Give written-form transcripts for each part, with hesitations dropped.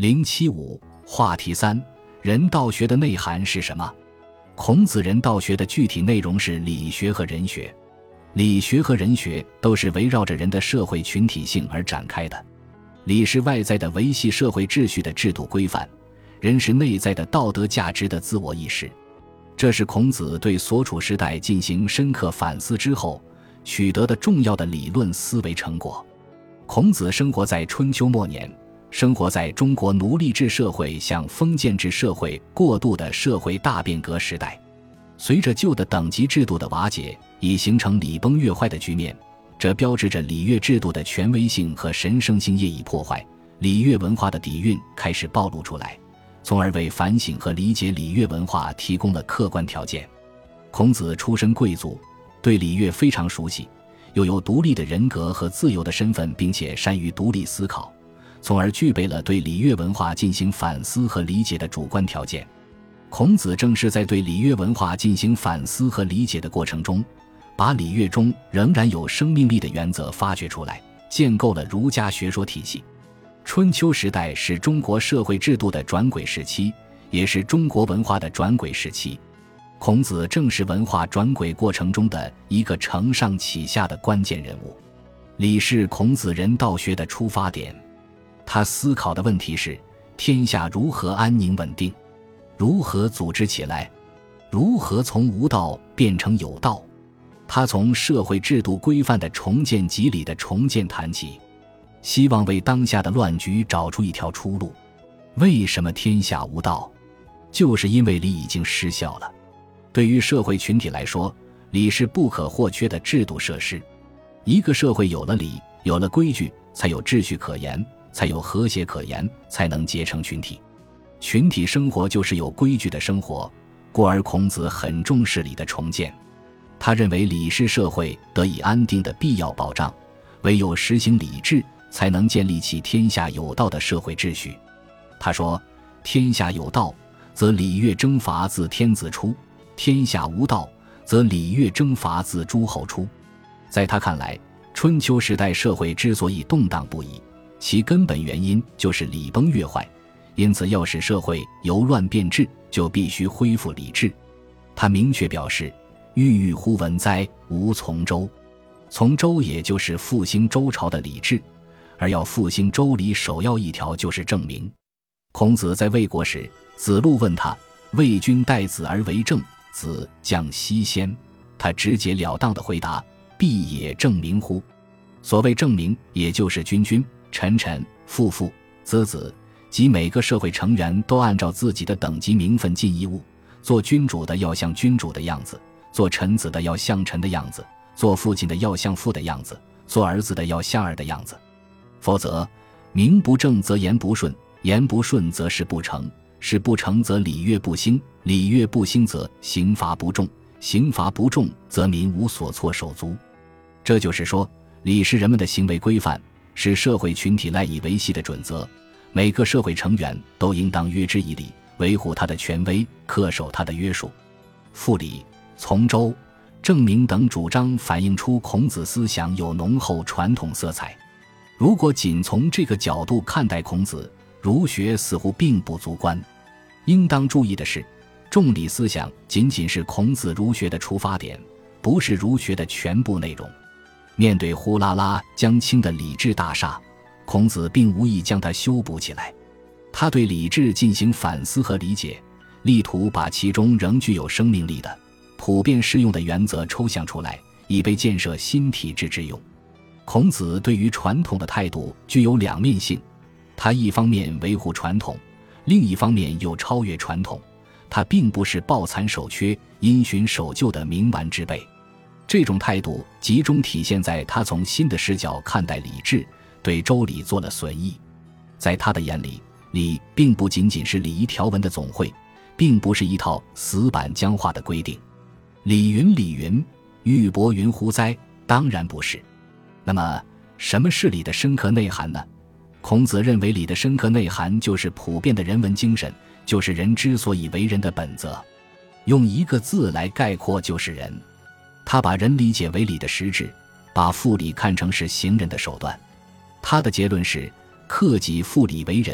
075话题3：人道学的内涵是什么？孔子人道学的具体内容是理学和人学。理学和人学都是围绕着人的社会群体性而展开的。理是外在的维系社会秩序的制度规范，人是内在的道德价值的自我意识。这是孔子对所处时代进行深刻反思之后取得的重要的理论思维成果。孔子生活在春秋末年，生活在中国奴隶制社会向封建制社会过渡的社会大变革时代。随着旧的等级制度的瓦解，已形成礼崩乐坏的局面，这标志着礼乐制度的权威性和神圣性业已破坏，礼乐文化的底蕴开始暴露出来，从而为反省和理解礼乐文化提供了客观条件。孔子出身贵族，对礼乐非常熟悉，又有独立的人格和自由的身份，并且善于独立思考，从而具备了对礼乐文化进行反思和理解的主观条件。孔子正是在对礼乐文化进行反思和理解的过程中，把礼乐中仍然有生命力的原则发掘出来，建构了儒家学说体系。春秋时代是中国社会制度的转轨时期，也是中国文化的转轨时期。孔子正是文化转轨过程中的一个承上启下的关键人物。礼是孔子人道学的出发点，他思考的问题是：天下如何安宁稳定？如何组织起来？如何从无道变成有道？他从社会制度规范的重建及礼的重建谈起，希望为当下的乱局找出一条出路。为什么天下无道？就是因为礼已经失效了。对于社会群体来说，礼是不可或缺的制度设施。一个社会有了礼，有了规矩，才有秩序可言，才有和谐可言，才能结成群体。群体生活就是有规矩的生活，故而孔子很重视礼的重建。他认为礼是社会得以安定的必要保障，唯有实行礼制，才能建立起天下有道的社会秩序。他说：天下有道，则礼乐征伐自天子出；天下无道，则礼乐征伐自诸侯出。在他看来，春秋时代社会之所以动荡不已，其根本原因就是礼崩乐坏，因此要使社会由乱变治，就必须恢复礼制。他明确表示：郁郁乎文哉，无从周。从周也就是复兴周朝的礼制，而要复兴周礼，首要一条就是正名。孔子在魏国时，子路问他：魏君待子而为政，子将西先。他直截了当地回答：必也正名乎？所谓正名，也就是君君、臣臣、父父、子子，即每个社会成员都按照自己的等级名分尽义务。做君主的要像君主的样子，做臣子的要像臣的样子，做父亲的要像父的样子，做儿子的要像儿的样子。否则，名不正则言不顺，言不顺则事不成，事不成则礼乐不兴，礼乐不兴则刑罚不重，刑罚不重则民无所措手足。这就是说，礼是人们的行为规范，是社会群体赖以维系的准则，每个社会成员都应当约之以礼，维护他的权威，恪守他的约束。复礼、从周、正名等主张反映出孔子思想有浓厚传统色彩。如果仅从这个角度看待孔子，儒学似乎并不足观。应当注意的是，重礼思想仅仅是孔子儒学的出发点，不是儒学的全部内容。面对呼啦啦将倾的礼制大厦，孔子并无意将它修补起来，他对礼制进行反思和理解，力图把其中仍具有生命力的普遍适用的原则抽象出来，以备建设新体制之用。孔子对于传统的态度具有两面性，他一方面维护传统，另一方面又超越传统，他并不是抱残守缺、因循守旧的冥顽之辈。这种态度集中体现在他从新的视角看待礼制，对周礼做了损益。在他的眼里，礼并不仅仅是礼仪条文的总汇，并不是一套死板僵化的规定。礼云礼云，玉帛云乎哉？当然不是。那么什么是礼的深刻内涵呢？孔子认为礼的深刻内涵就是普遍的人文精神，就是人之所以为人的本则。用一个字来概括，就是仁。他把人理解为礼的实质，把复礼看成是行人的手段。他的结论是：克己复礼为仁，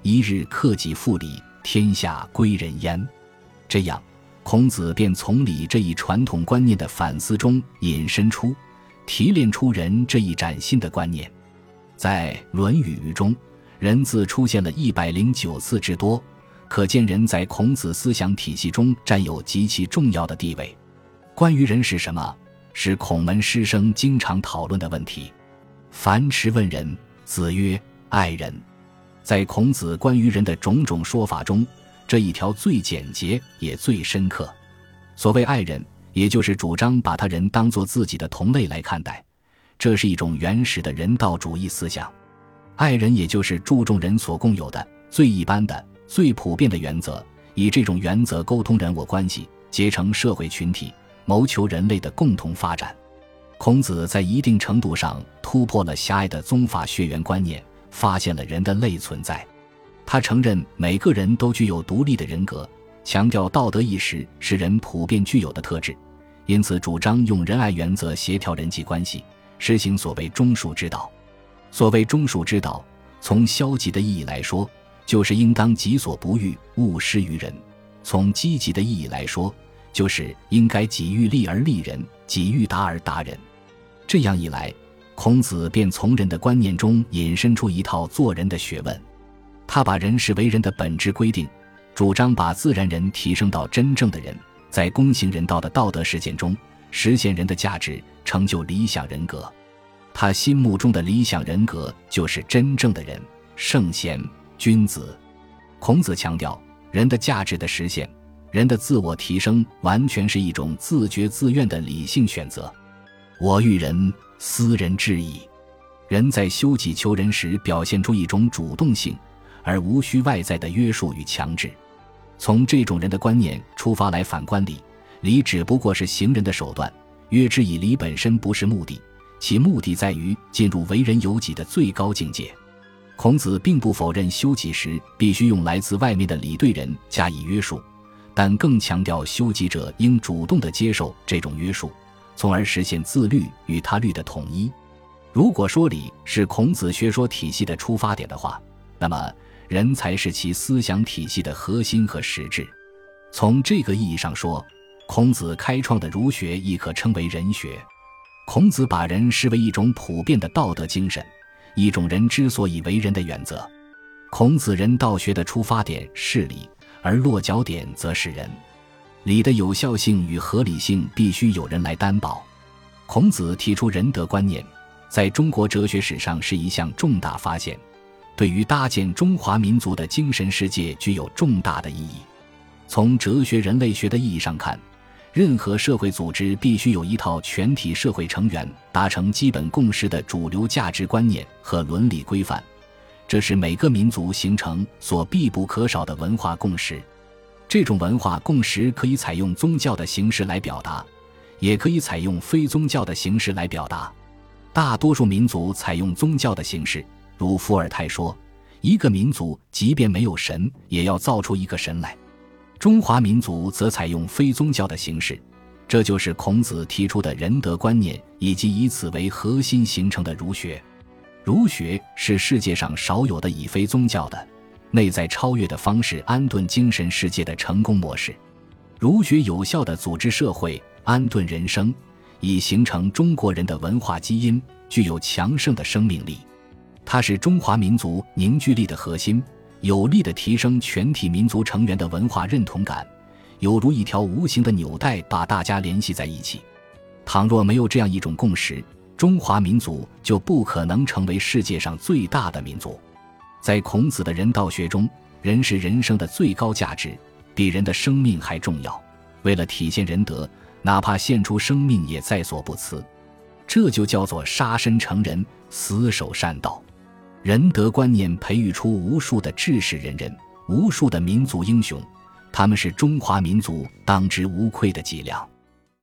一日克己复礼，天下归仁焉。这样，孔子便从礼这一传统观念的反思中引申出、提炼出仁这一崭新的观念。在《论语》中，仁字出现了109次之多，可见仁在孔子思想体系中占有极其重要的地位。关于仁是什么，是孔门师生经常讨论的问题。樊迟问仁，子曰：爱人。在孔子关于人的种种说法中，这一条最简洁也最深刻。所谓爱人，也就是主张把他人当作自己的同类来看待，这是一种原始的人道主义思想。爱人也就是注重人所共有的、最一般的、最普遍的原则，以这种原则沟通人我关系，结成社会群体，谋求人类的共同发展。孔子在一定程度上突破了狭隘的宗法血缘观念，发现了人的类存在。他承认每个人都具有独立的人格，强调道德意识是人普遍具有的特质，因此主张用仁爱原则协调人际关系，实行所谓忠恕之道。所谓忠恕之道，从消极的意义来说，就是应当己所不欲，勿施于人；从积极的意义来说，就是应该己欲立而立人，己欲达而达人。这样一来，孔子便从人的观念中引申出一套做人的学问。他把人视为人的本质规定，主张把自然人提升到真正的人，在公行人道的道德实践中实现人的价值，成就理想人格。他心目中的理想人格就是真正的人，圣贤、君子。孔子强调，人的价值的实现，人的自我提升，完全是一种自觉自愿的理性选择。我欲人，斯人至矣。人在修己求人时表现出一种主动性，而无需外在的约束与强制。从这种人的观念出发来反观礼，礼只不过是行人的手段，约之以礼本身不是目的，其目的在于进入为人有己的最高境界。孔子并不否认修己时必须用来自外面的礼对人加以约束，但更强调修己者应主动地接受这种约束，从而实现自律与他律的统一。如果说礼是孔子学说体系的出发点的话，那么人才是其思想体系的核心和实质。从这个意义上说，孔子开创的儒学亦可称为仁学。孔子把人视为一种普遍的道德精神，一种人之所以为人的原则。孔子人道学的出发点是礼，而落脚点则是人。礼的有效性与合理性必须有人来担保。孔子提出仁德观念，在中国哲学史上是一项重大发现，对于搭建中华民族的精神世界具有重大的意义。从哲学人类学的意义上看，任何社会组织必须有一套全体社会成员达成基本共识的主流价值观念和伦理规范，这是每个民族形成所必不可少的文化共识。这种文化共识可以采用宗教的形式来表达，也可以采用非宗教的形式来表达。大多数民族采用宗教的形式，如伏尔泰说，一个民族即便没有神，也要造出一个神来。中华民族则采用非宗教的形式，这就是孔子提出的仁德观念，以及以此为核心形成的儒学。儒学是世界上少有的以非宗教的、内在超越的方式安顿精神世界的成功模式。儒学有效地组织社会，安顿人生，以形成中国人的文化基因，具有强盛的生命力。它是中华民族凝聚力的核心，有力地提升全体民族成员的文化认同感，犹如一条无形的纽带把大家联系在一起。倘若没有这样一种共识，中华民族就不可能成为世界上最大的民族。在孔子的人道学中，人是人生的最高价值，比人的生命还重要。为了体现仁德，哪怕献出生命也在所不辞。这就叫做杀身成仁，死守善道。仁德观念培育出无数的志士仁人，无数的民族英雄，他们是中华民族当之无愧的脊梁。